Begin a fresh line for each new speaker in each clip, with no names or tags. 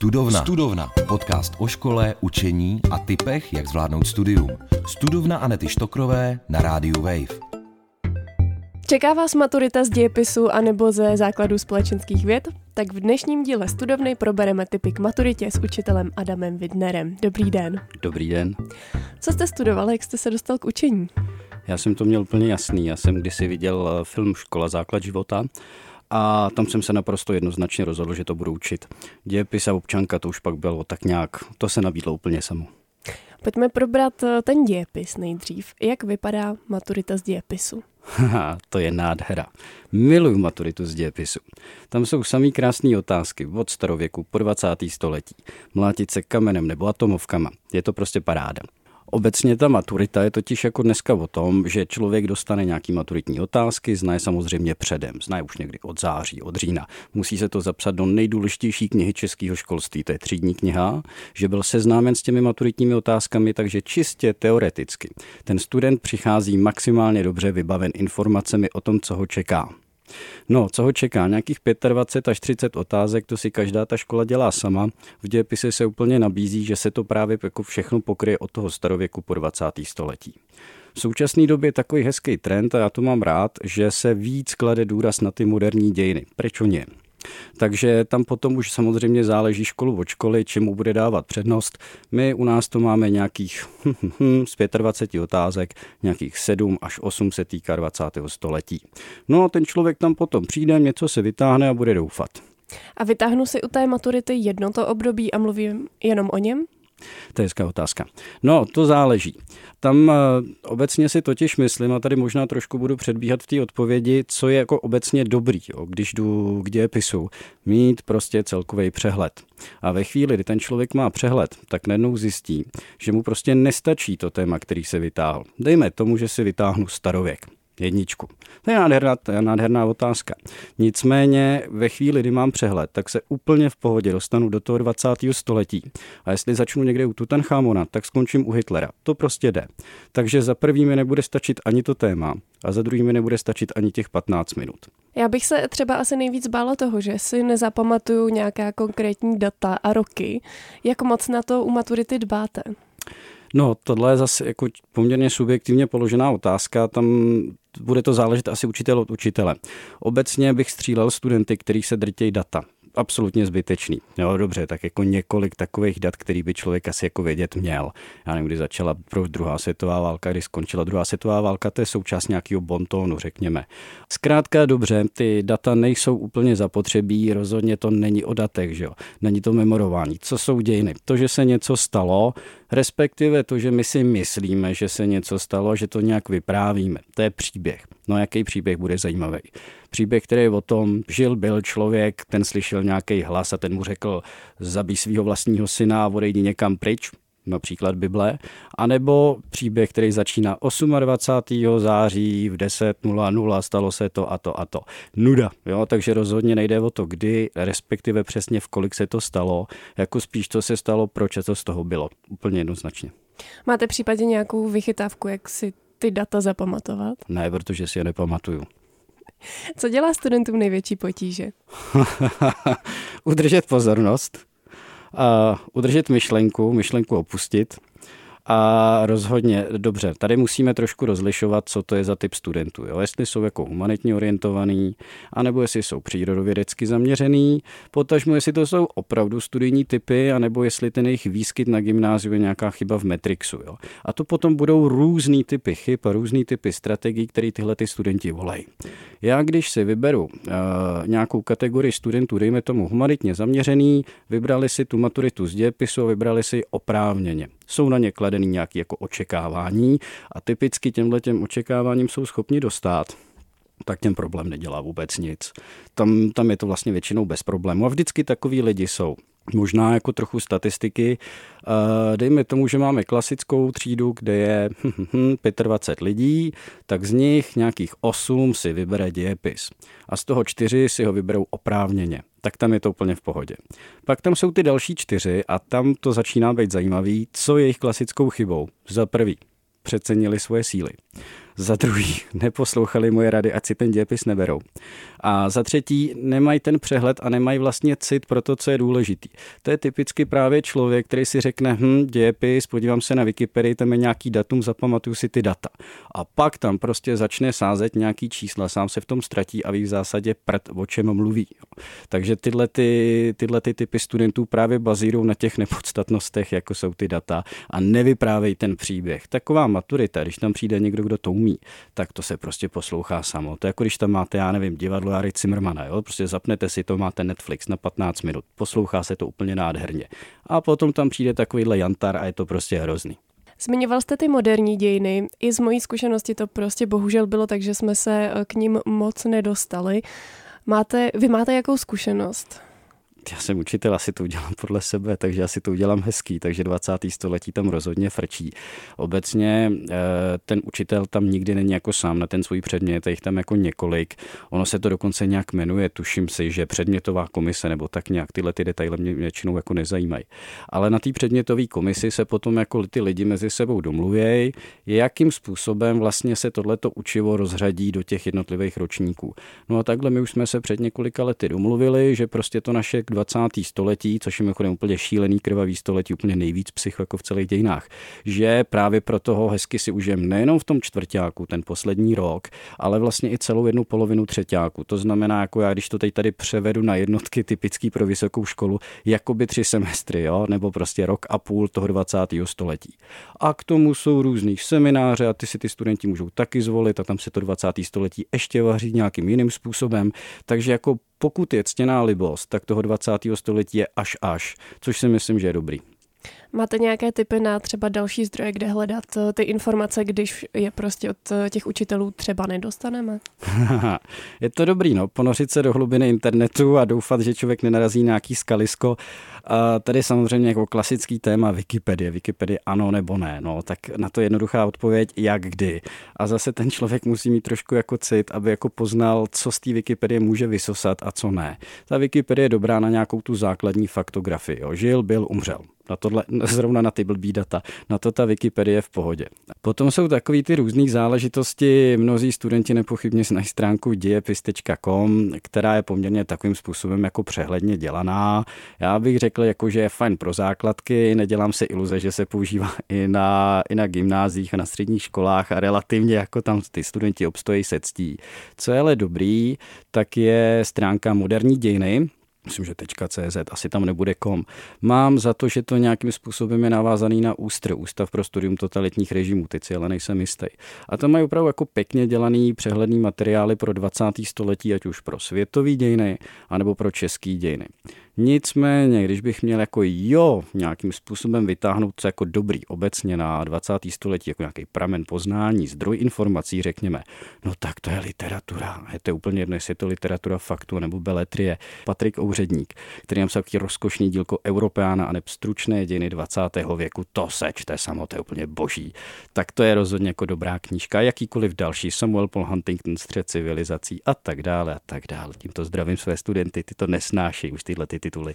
Studovna. Podcast o škole, učení a tipech, jak zvládnout studium. Studovna Anety Štokrové na rádiu Wave.
Čeká vás maturita z dějepisu anebo ze základů společenských věd? Tak v dnešním díle Studovny probereme tipy k maturitě s učitelem Adamem Widnerem. Dobrý den.
Dobrý den.
Co jste studoval, jak jste se dostal k učení?
Já jsem to měl úplně jasný. Já jsem kdysi viděl film Škola základ života a tam jsem se naprosto jednoznačně rozhodl, že to budu učit. Dějepis a občanka, to už pak bylo tak nějak, to se nabídlo úplně samo.
Pojďme probrat ten dějepis nejdřív. Jak vypadá maturita z dějepisu?
To je nádhera. Miluju maturitu z dějepisu. Tam jsou samý krásné otázky od starověku po 20. století. Mlátit se kamenem nebo atomovkama. Je to prostě paráda. Obecně ta maturita je totiž jako dneska o tom, že člověk dostane nějaký maturitní otázky, zná je samozřejmě předem, zná je už někdy od září, od října. Musí se to zapsat do nejdůležitější knihy českého školství, to je třídní kniha, že byl seznámen s těmi maturitními otázkami, takže čistě teoreticky. Ten student přichází maximálně dobře vybaven informacemi o tom, co ho čeká. No, co ho čeká? Nějakých 25 až 30 otázek, to si každá ta škola dělá sama. V dějepise se úplně nabízí, že se to právě jako všechno pokryje od toho starověku po 20. století. V současné době je takový hezký trend, a já to mám rád, že se víc klade důraz na ty moderní dějiny. Proč o ně? Takže tam potom už samozřejmě záleží školu od školy, čemu bude dávat přednost. My u nás to máme nějakých z 25 otázek, nějakých 7 až 8 se týká 20. století. No a ten člověk tam potom přijde, něco se vytáhne a bude doufat.
A vytáhnu si u té maturity jedno to období a mluvím jenom o něm?
To je hezká otázka. No, to záleží. Tam obecně si totiž myslím, a tady možná trošku budu předbíhat v té odpovědi, co je jako obecně dobrý, když jdu k dějepisu, mít prostě celkový přehled. A ve chvíli, kdy ten člověk má přehled, tak najednou zjistí, že mu prostě nestačí to téma, který se vytáhl. Dejme tomu, že si vytáhnu starověk. Jedničku. To je nádherná otázka. Nicméně ve chvíli, kdy mám přehled, tak se úplně v pohodě dostanu do toho 20. století. A jestli začnu někde u Tutanchamona, tak skončím u Hitlera. To prostě jde. Takže za prvý mi nebude stačit ani to téma a za druhý mi nebude stačit ani těch 15 minut.
Já bych se třeba asi nejvíc bála toho, že si nezapamatuju nějaká konkrétní data a roky. Jak moc na to u maturity dbáte?
No, tohle je zase jako poměrně subjektivně položená otázka, tam bude to záležet asi učitel od učitele. Obecně bych střílel studenty, kterých se drtějí data. Absolutně zbytečný. Jo, dobře, tak jako několik takových dat, který by člověk asi jako vědět měl. Já nevím, kdy začala druhá světová válka, kdy skončila druhá světová válka, to je součást nějakého bontónu, řekněme. Zkrátka dobře, ty data nejsou úplně zapotřebí, rozhodně to není o datech, že jo. Není to memorování. Co jsou dějiny? To, že se něco stalo, respektive to, že my si myslíme, že se něco stalo, že to nějak vyprávíme. To je příběh. No, jaký příběh bude zajímavý? Příběh, který je o tom, byl člověk, ten slyšel nějaký hlas a ten mu řekl, zabij svého vlastního syna a odejdi někam pryč, například Bible, anebo příběh, který začíná 28. září v 10:00 stalo se to a to a to. Nuda, jo, takže rozhodně nejde o to, kdy, respektive přesně v kolik se to stalo, jako spíš co se stalo, proč a co z toho bylo. Úplně jednoznačně.
Máte případně nějakou vychytávku, jak si ty data zapamatovat?
Ne, protože si je nepamatuju.
Co dělá studentům největší potíže?
Udržet pozornost, udržet myšlenku opustit a rozhodně, dobře, tady musíme trošku rozlišovat, co to je za typ studentů. Jo? Jestli jsou jako humanitně orientovaný, anebo jestli jsou přírodovědecky zaměřený, potažmo jestli to jsou opravdu studijní typy, anebo jestli ten jejich výskyt na gymnáziu je nějaká chyba v Matrixu. Jo? A to potom budou různý typy chyb a různý typy strategií, které tyhle ty studenti volají. Já když si vyberu nějakou kategorii studentů, dejme tomu humanitně zaměřený, vybrali si tu maturitu z dějepisu, vybrali si oprávněně. Jsou na ně kladený nějaké jako očekávání a typicky těmhletěm očekáváním jsou schopni dostat, tak ten problém nedělá vůbec nic. Tam je to vlastně většinou bez problému a vždycky takový lidi jsou. Možná jako trochu statistiky, dejme tomu, že máme klasickou třídu, kde je 25 lidí, tak z nich nějakých 8 si vybere dějepis a z toho 4 si ho vyberou oprávněně. Tak tam je to úplně v pohodě. Pak tam jsou ty další 4 a tam to začíná být zajímavý, co je jejich klasickou chybou. Za prvý, přecenili svoje síly. Za druhý, neposlouchali moje rady, ať si ten dějepis neberou. A za třetí, nemají ten přehled a nemají vlastně cit pro to, co je důležitý. To je typicky právě člověk, který si řekne, dějepis, podívám se na Wikipedii, tam je nějaký datum, zapamatuju si ty data. A pak tam prostě začne sázet nějaký čísla, sám se v tom ztratí a ví v zásadě o čem mluví. Takže tyhle typy studentů právě bazírují na těch nepodstatnostech, jako jsou ty data a nevyprávějí ten příběh. Taková maturita, když tam přijde někdo, kdo to umí, tak to se prostě poslouchá samo. To je jako když tam máte, já nevím, divadlo Jary Cimrmana, jo? Prostě zapnete si to, máte Netflix na 15 minut, poslouchá se to úplně nádherně. A potom tam přijde takovýhle jantar a je to prostě hrozný.
Zmiňoval jste ty moderní dějiny. I z mojí zkušenosti to prostě bohužel bylo tak, že jsme se k nim moc nedostali. Vy máte jakou zkušenost?
Já jsem učitel, asi to udělám podle sebe, takže asi to udělám hezký, takže 20. století tam rozhodně frčí. Obecně ten učitel tam nikdy není jako sám na ten svůj předmět, je jich tam jako několik. Ono se to dokonce nějak jmenuje, tuším si, že předmětová komise nebo tak nějak, tyhle ty detaily mě většinou jako nezajímají. Ale na té předmětové komisi se potom jako ty lidi mezi sebou domluvějí, jakým způsobem vlastně se tohleto učivo rozřadí do těch jednotlivých ročníků. No a takhle my už jsme se před několika lety domluvili, že prostě to naše 20. století, což je mimochodem úplně šílený krvavý století, úplně nejvíc psycho jako v celých dějinách, že právě pro toho hezky si užijeme nejenom v tom čtvrťáku, ten poslední rok, ale vlastně i celou jednu polovinu třeťáku. To znamená, jako já, když to teď tady převedu na jednotky typický pro vysokou školu, jakoby 3 semestry, jo? Nebo prostě rok a půl toho 20. století. A k tomu jsou různý semináře a ty studenti můžou taky zvolit a tam se to 20. století ještě vaří nějakým jiným způsobem. Takže jako pokud je ctěná libost, tak toho 20. století je až, což si myslím, že je dobrý.
Máte nějaké tipy na třeba další zdroje, kde hledat ty informace, když je prostě od těch učitelů třeba nedostaneme?
Je to dobrý, ponořit se do hlubiny internetu a doufat, že člověk nenarazí nějaký skalisko. A tady samozřejmě jako klasický téma Wikipedie ano nebo ne, tak na to jednoduchá odpověď, jak kdy. A zase ten člověk musí mít trošku jako cit, aby jako poznal, co z té Wikipedie může vysosat a co ne. Ta Wikipedie je dobrá na nějakou tu základní faktografii, jo. Žil, byl, umřel. Na tohle, zrovna na ty blbý data, na to ta Wikipedie je v pohodě. Potom jsou takový ty různý záležitosti, mnozí studenti nepochybně znají stránku dějepis.com, která je poměrně takovým způsobem jako přehledně dělaná. Já bych řekl, jako, že je fajn pro základky, nedělám si iluze, že se používá i na gymnáziích a na středních školách a relativně jako tam ty studenti obstojí se ctí. Co je ale dobrý, tak je stránka Moderní dějiny, myslím, že .cz, asi tam nebude .com. Mám za to, že to nějakým způsobem je navázaný na ÚSTR, Ústav pro studium totalitních režimů, teď si ale nejsem jistý. A tam mají opravdu jako pěkně dělaný přehledný materiály pro 20. století, ať už pro světové dějiny, anebo pro české dějiny. Nicméně, když bych měl jako nějakým způsobem vytáhnout co jako dobrý obecně na 20. století, jako nějaký pramen poznání, zdroj informací, řekněme, tak to je literatura. Je to úplně jedno, jestli je to literatura faktu nebo beletrie. Patrik Ouředník, který napsal takový rozkošný dílko Europeana a stručné dějiny 20. věku, to se čte samo, to je úplně boží. Tak to je rozhodně jako dobrá knížka, jakýkoliv další, Samuel Paul Huntington, Střet civilizací a tak dále. Tímto zdravím své studenty, ty to nesnáší už tyhle tituly.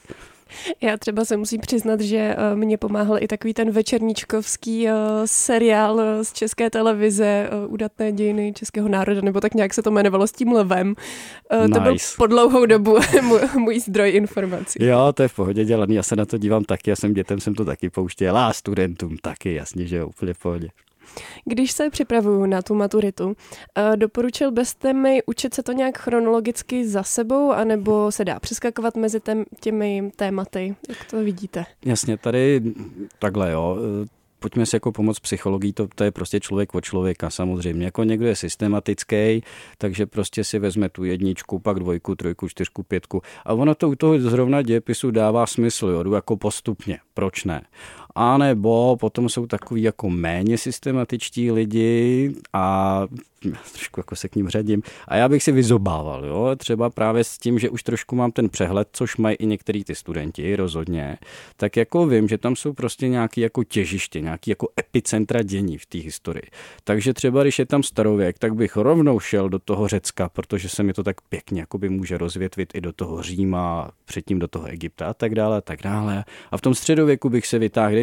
Já třeba se musím přiznat, že mě pomáhal i takový ten večerníčkovský seriál z České televize Udatné dějiny českého národa, nebo tak nějak se to jmenovalo, s tím lvem. Nice. To byl po dlouhou dobu můj zdroj informací.
Jo, to je v pohodě dělaný, já se na to dívám taky, já jsem dětem to taky pouštěla a studentům taky, jasně, že jo, úplně v pohodě.
Když se připravuju na tu maturitu, doporučil byste mi učit se to nějak chronologicky za sebou, anebo se dá přeskakovat mezi těmi tématy? Jak to vidíte?
Jasně, tady takhle, jo. Pojďme si jako pomoct psychologii, to je prostě člověk od člověka samozřejmě. Jako někdo je systematický, takže prostě si vezme tu 1, pak 2, 3, 4, 5 a ono to u toho zrovna dějepisu dává smysl, jo, jdu jako postupně, proč ne? A nebo potom jsou takový jako méně systematičtí lidi a trošku jako se k ním řadím. A já bych si vyzobával, jo, třeba právě s tím, že už trošku mám ten přehled, což mají i některý ty studenti, rozhodně, tak jako vím, že tam jsou prostě nějaký jako těžiště, nějaký jako epicentra dění v té historii. Takže třeba, když je tam starověk, tak bych rovnou šel do toho Řecka, protože se mi to tak pěkně jakoby může rozvětvit i do toho Říma, předtím do toho Egypta a tak dále. A v tom středověku bych se vytáhl,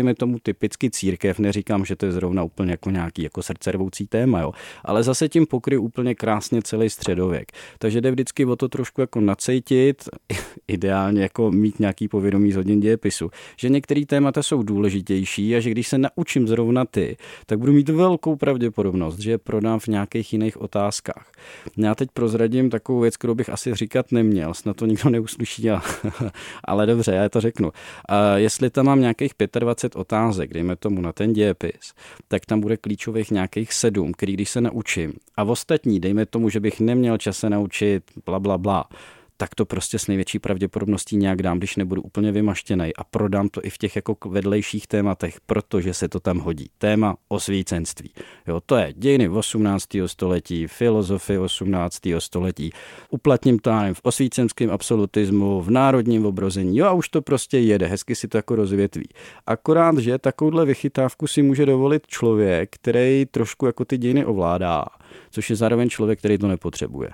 dejme tomu typicky církev, neříkám, že to je zrovna úplně jako nějaký jako srdcervoucí téma, jo, ale zase tím pokryje úplně krásně celý středověk. Takže jde vždycky o to trošku jako nacejtit, ideálně jako mít nějaký povědomí z hodin dějepisu, že některé témata jsou důležitější a že když se naučím zrovna ty, tak budu mít velkou pravděpodobnost, že je prodám v nějakých jiných otázkách. Já teď prozradím takovou věc, kterou bych asi říkat neměl, snad to nikdo neuslyší, ale dobře, já to řeknu. Jestli tam mám nějakých 25 otázek, dejme tomu na ten dějepis, tak tam bude klíčových nějakých 7, který když se naučím. A ostatní, dejme tomu, že bych neměl čas se naučit bla, tak to prostě s největší pravděpodobností nějak dám, když nebudu úplně vymaštěnej a prodám to i v těch jako vedlejších tématech, protože se to tam hodí. Téma osvícenství. Jo, to je dějiny 18. století, filozofie 18. století. Uplatním to v osvícenském absolutismu, v národním obrození. Jo, a už to prostě jede, hezky si to jako rozvětví. Akorát, že takovouhle vychytávku si může dovolit člověk, který trošku jako ty dějiny ovládá, což je zároveň člověk, který to nepotřebuje.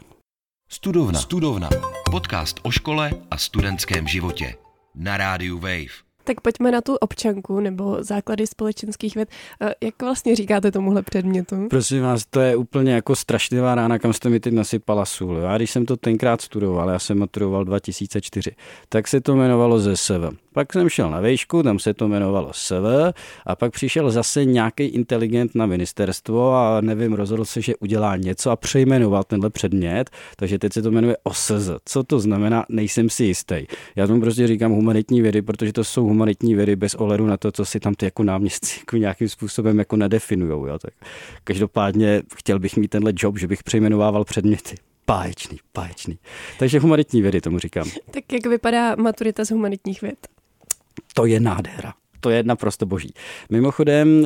Studovna. Podcast o škole a studentském životě. Na rádiu Wave.
Tak pojďme na tu občanku nebo základy společenských věd. Jak vlastně říkáte tomuhle předmětu?
Prosím vás, to je úplně jako strašlivá rána, kam jste mi teď nasypala sůl. Já když jsem to tenkrát studoval, já jsem maturoval 2004, tak se to jmenovalo ZSV. Pak jsem šel na vejšku, tam se to jmenovalo SV a pak přišel zase nějaký inteligent na ministerstvo a nevím, rozhodl se, že udělá něco a přejmenoval tenhle předmět, takže teď se to jmenuje OSZ. Co to znamená? Nejsem si jistý. Já tomu prostě říkám humanitní vědy, protože to jsou humanitní vědy bez ohledu na to, co si tam ty jako náměstci jako nějakým způsobem jako nadefinujou. Jo? Tak každopádně chtěl bych mít tenhle job, že bych přejmenovával předměty. Báječný. Takže humanitní vědy tomu říkám.
Tak jak vypadá maturita z humanitních věd?
To je nádhera. To je naprosto boží. Mimochodem,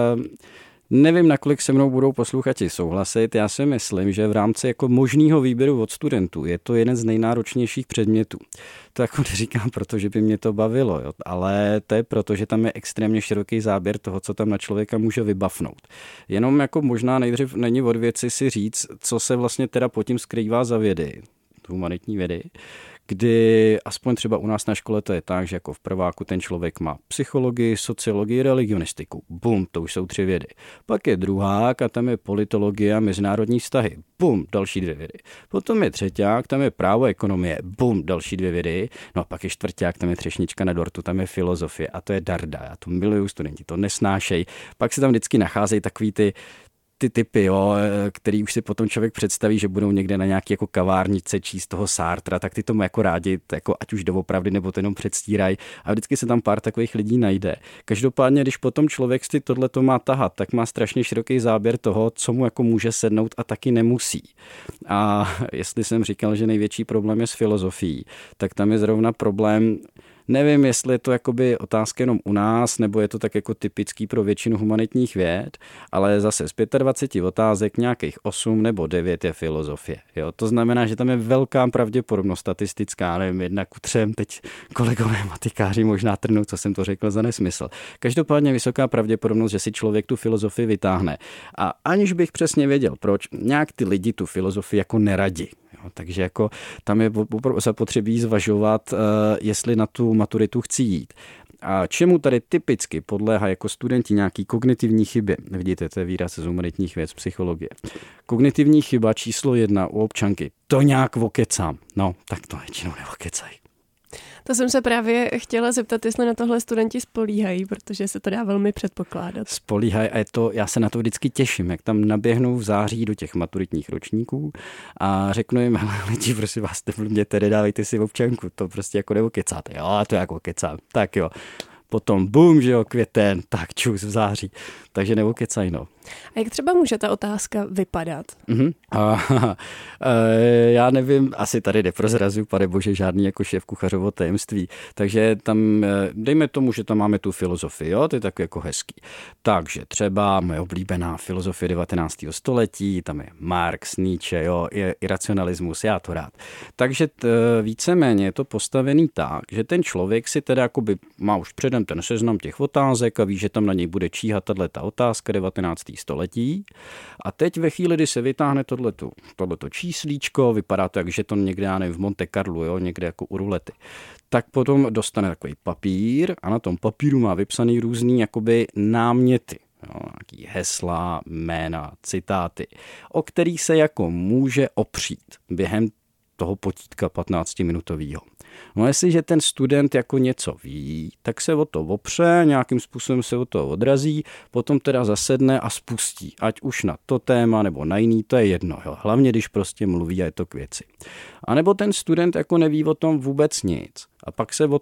nevím, nakolik se mnou budou posluchači souhlasit. Já si myslím, že v rámci jako možného výběru od studentů je to jeden z nejnáročnějších předmětů. To jako neříkám, protože by mě to bavilo, jo, ale to je proto, že tam je extrémně široký záběr toho, co tam na člověka může vybafnout. Jenom jako možná nejdřív není od věci si říct, co se vlastně teda pod tím skrývá za vědy, humanitní vědy, kdy aspoň třeba u nás na škole to je tak, že jako v prváku ten člověk má psychologii, sociologii, religionistiku. Bum, to už jsou 3 vědy. Pak je druhák a tam je politologie a mezinárodní vztahy. Bum, další 2 vědy. Potom je třeťák, tam je právo, ekonomie. Bum, další 2 vědy. No a pak je čtvrťák, tam je třešnička na dortu, tam je filozofie a to je darda. Já to miluju, studenti to nesnášejí. Pak se tam vždycky nacházejí takový ty typy, jo, který už si potom člověk představí, že budou někde na nějaký jako kavárnice číst toho Sartra, tak ty tomu jako rádi, jako ať už doopravdy, nebo to jenom předstírají a vždycky se tam pár takových lidí najde. Každopádně, když potom člověk si tohleto má tahat, tak má strašně široký záběr toho, co mu jako může sednout a taky nemusí. A jestli jsem říkal, že největší problém je s filozofií, tak tam je zrovna problém. Nevím, jestli je to jakoby otázka jenom u nás, nebo je to tak jako typický pro většinu humanitních věd, ale zase z 25 otázek nějakých 8 nebo 9 je filozofie. Jo? To znamená, že tam je velká pravděpodobnost statistická, nevím, 1:3, teď kolegové matikáři možná trhnou, co jsem to řekl za nesmysl. Každopádně vysoká pravděpodobnost, že si člověk tu filozofii vytáhne. A aniž bych přesně věděl, proč, nějak ty lidi tu filozofii jako neradí. Takže jako tam je zapotřebí zvažovat, jestli na tu maturitu chci jít. A čemu tady typicky podléhá jako studenti nějaký kognitivní chyby? Vidíte, to je výraz z humanitních věd, psychologie. Kognitivní chyba číslo 1 u občanky. To nějak okecám. No, tak to většinou neokecají.
To jsem se právě chtěla zeptat, jestli na tohle studenti spolíhají, protože se to dá velmi předpokládat.
Spolíhají a já se na to vždycky těším, jak tam naběhnou v září do těch maturitních ročníků a řeknu jim, lidi, prosím vás, neblbněte, nedávejte si občanku, to prostě jako neokecáte. Jo, to jako kecám, tak jo. Potom bum, že jo, květen, tak čus v září. Takže neokecaj, no.
A jak třeba může ta otázka vypadat?
Já nevím, asi tady neprozrazuju, pane bože, žádný jako šéf kuchařovo tajemství. Takže tam, dejme tomu, že tam máme tu filozofii, jo, to je tak jako hezký. Takže třeba moje oblíbená filozofie 19. století, tam je Marx, Nietzsche, jo, iracionalismus, já to rád. Takže víceméně je to postavený tak, že ten člověk si teda jakoby má už předem student ten seznam těch otázek a ví, že tam na něj bude číhat tato otázka 19. století. A teď ve chvíli, kdy se vytáhne tohleto číslíčko, vypadá to jak žeton někde, já nevím, v Monte Carlo, jo, někde jako u rulety, tak potom dostane takový papír a na tom papíru má vypsaný různý jakoby náměty. Jo, nějaký hesla, jména, citáty, o který se jako může opřít během toho potítka 15-minutového. No jestliže ten student jako něco ví, tak se o to opře, nějakým způsobem se o to odrazí, potom teda zasedne a spustí, ať už na to téma nebo na jiný, to je jedno. Jo. Hlavně, když prostě mluví a je to k věci. A nebo ten student jako neví o tom vůbec nic. A pak se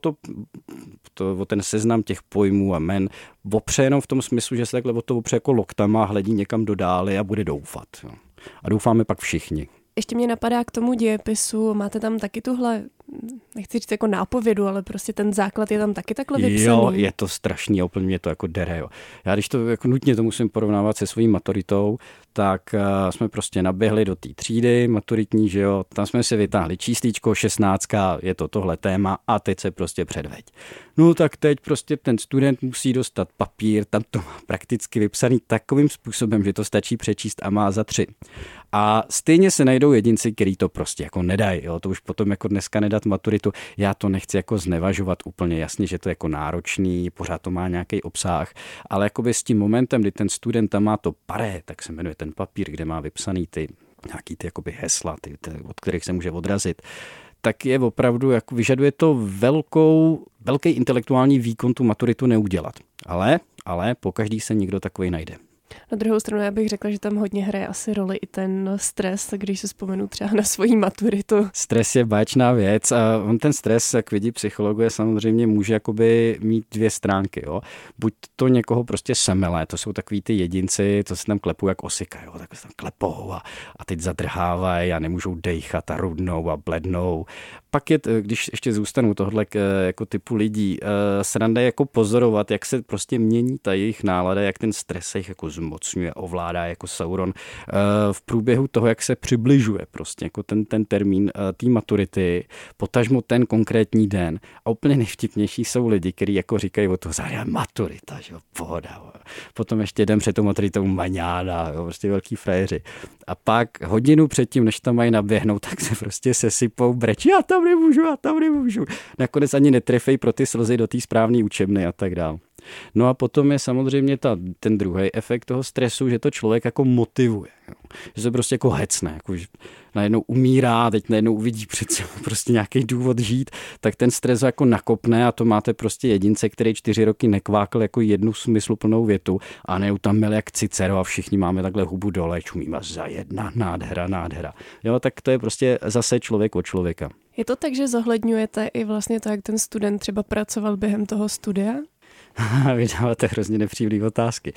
o ten seznam těch pojmů a jmen opře jenom v tom smyslu, že se takhle o to opře jako loktama, hledí někam do dále a bude doufat. Jo. A doufáme pak všichni.
Ještě mě napadá k tomu dějepisu, máte tam taky tuhle, nechci říct jako nápovědu, ale prostě ten základ je tam taky takhle vypsaný.
Jo, je to strašný a úplně mě to jako dere. Jo. Já když to jako nutně to musím porovnávat se svojí maturitou, tak jsme prostě naběhli do té třídy maturitní, že jo, tam jsme si vytáhli číslíčko 16, je to tohle téma a teď se prostě předveď. No tak teď prostě ten student musí dostat papír, tam to má prakticky vypsaný takovým způsobem, že to stačí přečíst a má za 3. A stejně se najdou jedinci, který to prostě jako nedají, jo, to už potom jako dneska nedat maturitu, já to nechci jako znevažovat úplně jasně, že to je jako náročný, pořád to má nějaký obsah, ale jakoby s tím momentem, kdy ten student tam má to paré, tak se jmenuje ten papír, kde má vypsaný nějaký ty jakoby hesla, od kterých se může odrazit, tak je opravdu, jako vyžaduje to velký intelektuální výkon tu maturitu neudělat. Ale pokaždý se někdo takovej najde.
Na druhou stranu já bych řekla, že tam hodně hraje asi roli i ten stres, když se vzpomenu třeba na svoji maturitu.
Stres je báječná věc a on ten stres, jak vidí psychologové, samozřejmě může jakoby mít 2 stránky. Jo? Buď to někoho prostě semele, to jsou takový ty jedinci, co se tam klepou jak osika, jo? Tak se tam klepou a teď zadrhávají a nemůžou dejchat a rudnou a blednou. Pak je, když ještě zůstanu tohle jako typu lidí, sranda jako pozorovat, jak se prostě mění ta jejich nálada, jak ten stres se jich jako zmocňuje, ovládá jako Sauron v průběhu toho, jak se přibližuje prostě jako ten termín té maturity, potažmo ten konkrétní den. A úplně nejvtipnější jsou lidi, kteří jako říkají o toho, maturita, že jo, pohoda. Potom ještě den před tou maturitou maňáda, jo, prostě velký frajeři. A pak hodinu předtím, než tam mají naběhnout, tak se prostě sesypou, brečí, já tam nemůžu. Nakonec ani netrefej pro ty slzy do té správné učebny a tak dál. No a potom je samozřejmě ten druhý efekt toho stresu, že to člověk jako motivuje. Jo. Že se prostě jako hecne, jako že najednou umírá, teď najednou uvidí přece prostě nějaký důvod žít, tak ten stres jako nakopne a to máte prostě jedince, který 4 roky nekvákl jako jednu smysluplnou větu a ne tam měl jak Cicero a všichni máme takhle hubu dole, čumíme za jedna, nádhera. Jo, tak to je prostě zase člověk od člověka.
Je to tak, že zohledňujete i vlastně to, jak ten student třeba pracoval během toho studia?
Vy dáváte hrozně nepříjemné otázky.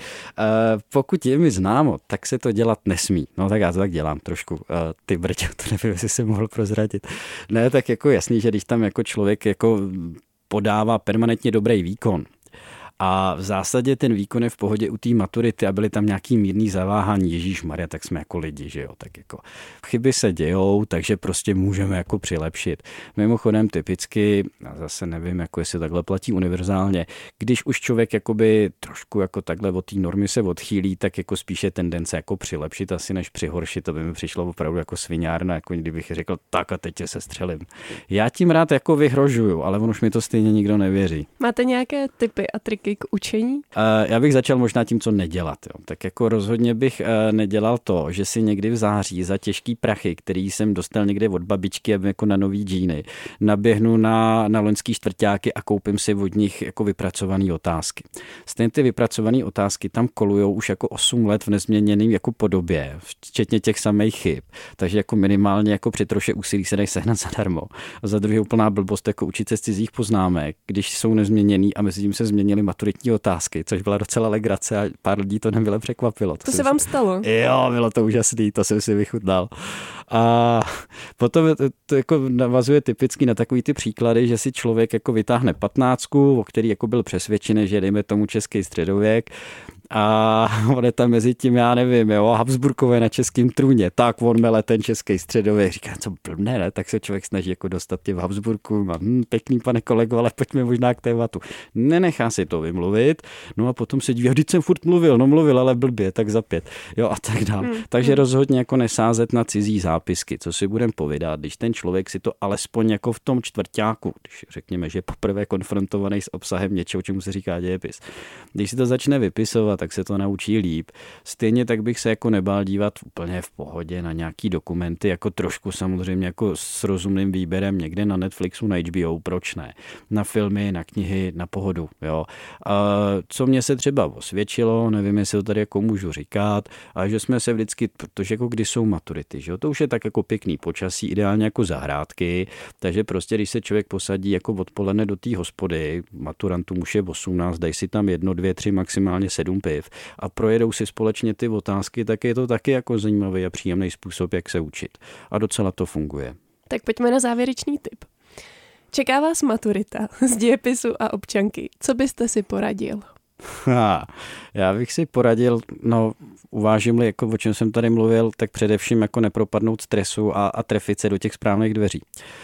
Pokud je mi známo, tak se to dělat nesmí. No tak já to tak dělám trošku. Ty brďo, to nevím, jestli jsem mohl prozradit. Ne, tak jako jasný, že když tam jako člověk jako podává permanentně dobrý výkon, a v zásadě ten výkon je v pohodě u té maturity a byly tam nějaký mírný zaváhání. Ježíšmarja, tak jsme jako lidi, že jo, tak jako chyby se dějou, takže prostě můžeme jako přilepšit. Mimochodem typicky, a zase nevím, jako jestli takhle platí univerzálně, když už člověk jakoby trošku jako takhle od té normy se odchýlí, tak jako spíše tendence jako přilepšit asi než přihoršit, to by mi přišlo opravdu jako sviňárna, jako kdybych řekl tak a teď se střelím. Já tím rád jako vyhrožuju, ale on už mi to stejně nikdo nevěří.
Máte nějaké tipy a triky k učení?
Já bych začal možná tím, co nedělat. Jo. Tak jako rozhodně bych nedělal to, že si někdy v září za těžký prachy, který jsem dostal někde od babičky jako na nový džíny, naběhnu na loňský čtvrťáky a koupím si od nich jako vypracované otázky. Stejně ty vypracované otázky tam kolujou už jako 8 let v nezměněným jako podobě, včetně těch samých chyb. Takže jako minimálně jako při troše úsilí se dají sehnat zadarmo. A za druhé úplná blbost jako učit se z cizích poznámek, když jsou nezměněný a mezi tím se změnily maturitní otázky, což byla docela legrace a pár lidí to nemile překvapilo.
To se vám stalo?
Jo, bylo to úžasný, to jsem si vychutnal. A potom to jako navazuje typicky na takový ty příklady, že si člověk jako vytáhne 15, o který jako byl přesvědčený, že dejme tomu český středověk, a on je tam mezi tím, já nevím, jo, Habsburkové na českém trůně, tak on mele ten český středověk, říká, co blbne, ne? Tak se člověk snaží jako dostat tě v Habsburku, pěkný pane kolego, ale pojďme možná k tématu. Nenechá si to vymluvit, no a potom se díví, vždyť jsem furt mluvil, ale blbě, tak za 5, jo, a tak dál. Takže rozhodně jako nesázet na cizí zápisky, co si budem povídat, když ten člověk si to alespoň jako v tom čtvrťáku, když řekněme, že je poprvé konfrontovaný s obsahem něčeho, čemu se říká dějepis. Když si to začne vypisovat, tak se to naučí líp. Stejně tak bych se jako nebál dívat úplně v pohodě na nějaký dokumenty, jako trošku samozřejmě jako s rozumným výběrem někde na Netflixu, na HBO, proč ne? Na filmy, na knihy, na pohodu, jo. A co mě se třeba osvědčilo, nevím, jestli to tady jako můžu říkat, ale že jsme se vždycky, protože jako kdy jsou maturity, že jo, to už je tak jako pěkný počasí, ideálně jako zahrádky, takže prostě když se člověk posadí jako odpoledne do té hospody, maturantům už je 18, dají si tam 1, 2, 3, maximálně 7 piv a projedou si společně ty otázky, tak je to taky jako zajímavý a příjemný způsob, jak se učit. A docela to funguje.
Tak pojďme na závěrečný tip. Čeká vás maturita z dějepisu a občanky. Co byste si poradil?
Já bych si poradil, uvážím-li, jako o čem jsem tady mluvil, tak především jako nepropadnout stresu a trefit se do těch správných dveří.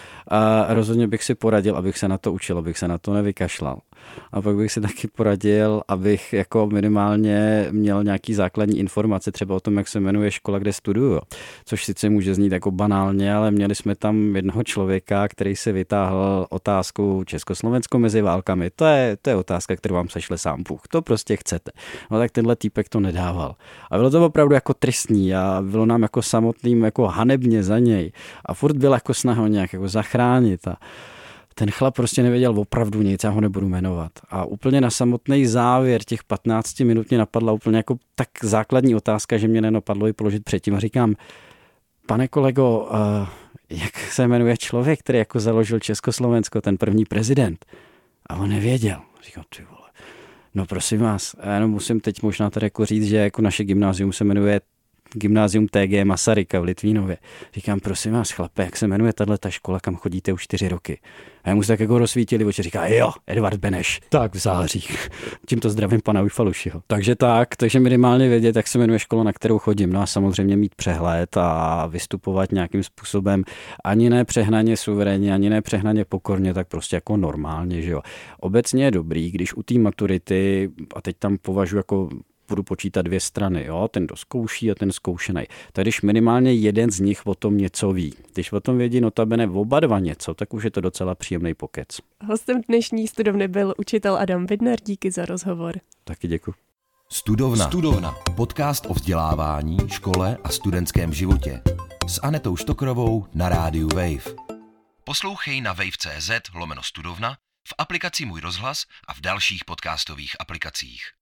A rozhodně bych si poradil, abych se na to učil, abych se na to nevykašlal. A pak bych si taky poradil, abych jako minimálně měl nějaký základní informace třeba o tom, jak se jmenuje škola, kde studuju. Což sice může znít jako banálně, ale měli jsme tam jednoho člověka, který se vytáhl otázku Československo mezi válkami. To je otázka, kterou vám sešle sám Bůh. To prostě chcete. No tak tenhle týpek to nedával. A bylo to opravdu jako tristní a bylo nám jako samotným jako hanebně za něj. A furt byla jako snaha nějak jako zachránit a ten chlap prostě nevěděl opravdu nic, já ho nebudu jmenovat. A úplně na samotný závěr těch 15 minut mě napadla úplně jako tak základní otázka, že mě nenapadlo ji položit předtím. A říkám, pane kolego, jak se jmenuje člověk, který jako založil Československo, ten první prezident? A on nevěděl. Říkám, ty vole. No prosím vás, já jenom musím teď možná tady jako říct, že jako naše gymnázium se jmenuje Gymnázium TG Masaryka v Litvínově. Říkám, prosím vás, chlape, jak se jmenuje tato škola, kam chodíte už 4 roky? A já mu se tak jako rozsvítili oči, říká, jo, Edvard Beneš. Tak v zářích. Tímto zdravím pana Ujfalušiho. Takže minimálně vědět, jak se jmenuje škola, na kterou chodím. No a samozřejmě mít přehled a vystupovat nějakým způsobem ani ne přehnaně suverénně, ani ne přehnaně pokorně, tak prostě jako normálně, že jo. Obecně je dobrý, když u té maturity, a teď tam považuji jako budu počítat 2 strany, jo? Ten kdo zkouší a ten zkoušený. Tak když minimálně jeden z nich o tom něco ví. Když o tom vědí notabene oba dva něco, tak už je to docela příjemný pokec. Hostem
dnešní studovny byl učitel Adam Vidner. Díky za rozhovor.
Taky děkuji.
Studovna. Podcast o vzdělávání, škole a studentském životě. S Anetou Štokrovou na rádiu Wave. Poslouchej na wave.cz/studovna, v aplikaci Můj rozhlas a v dalších podcastových aplikacích.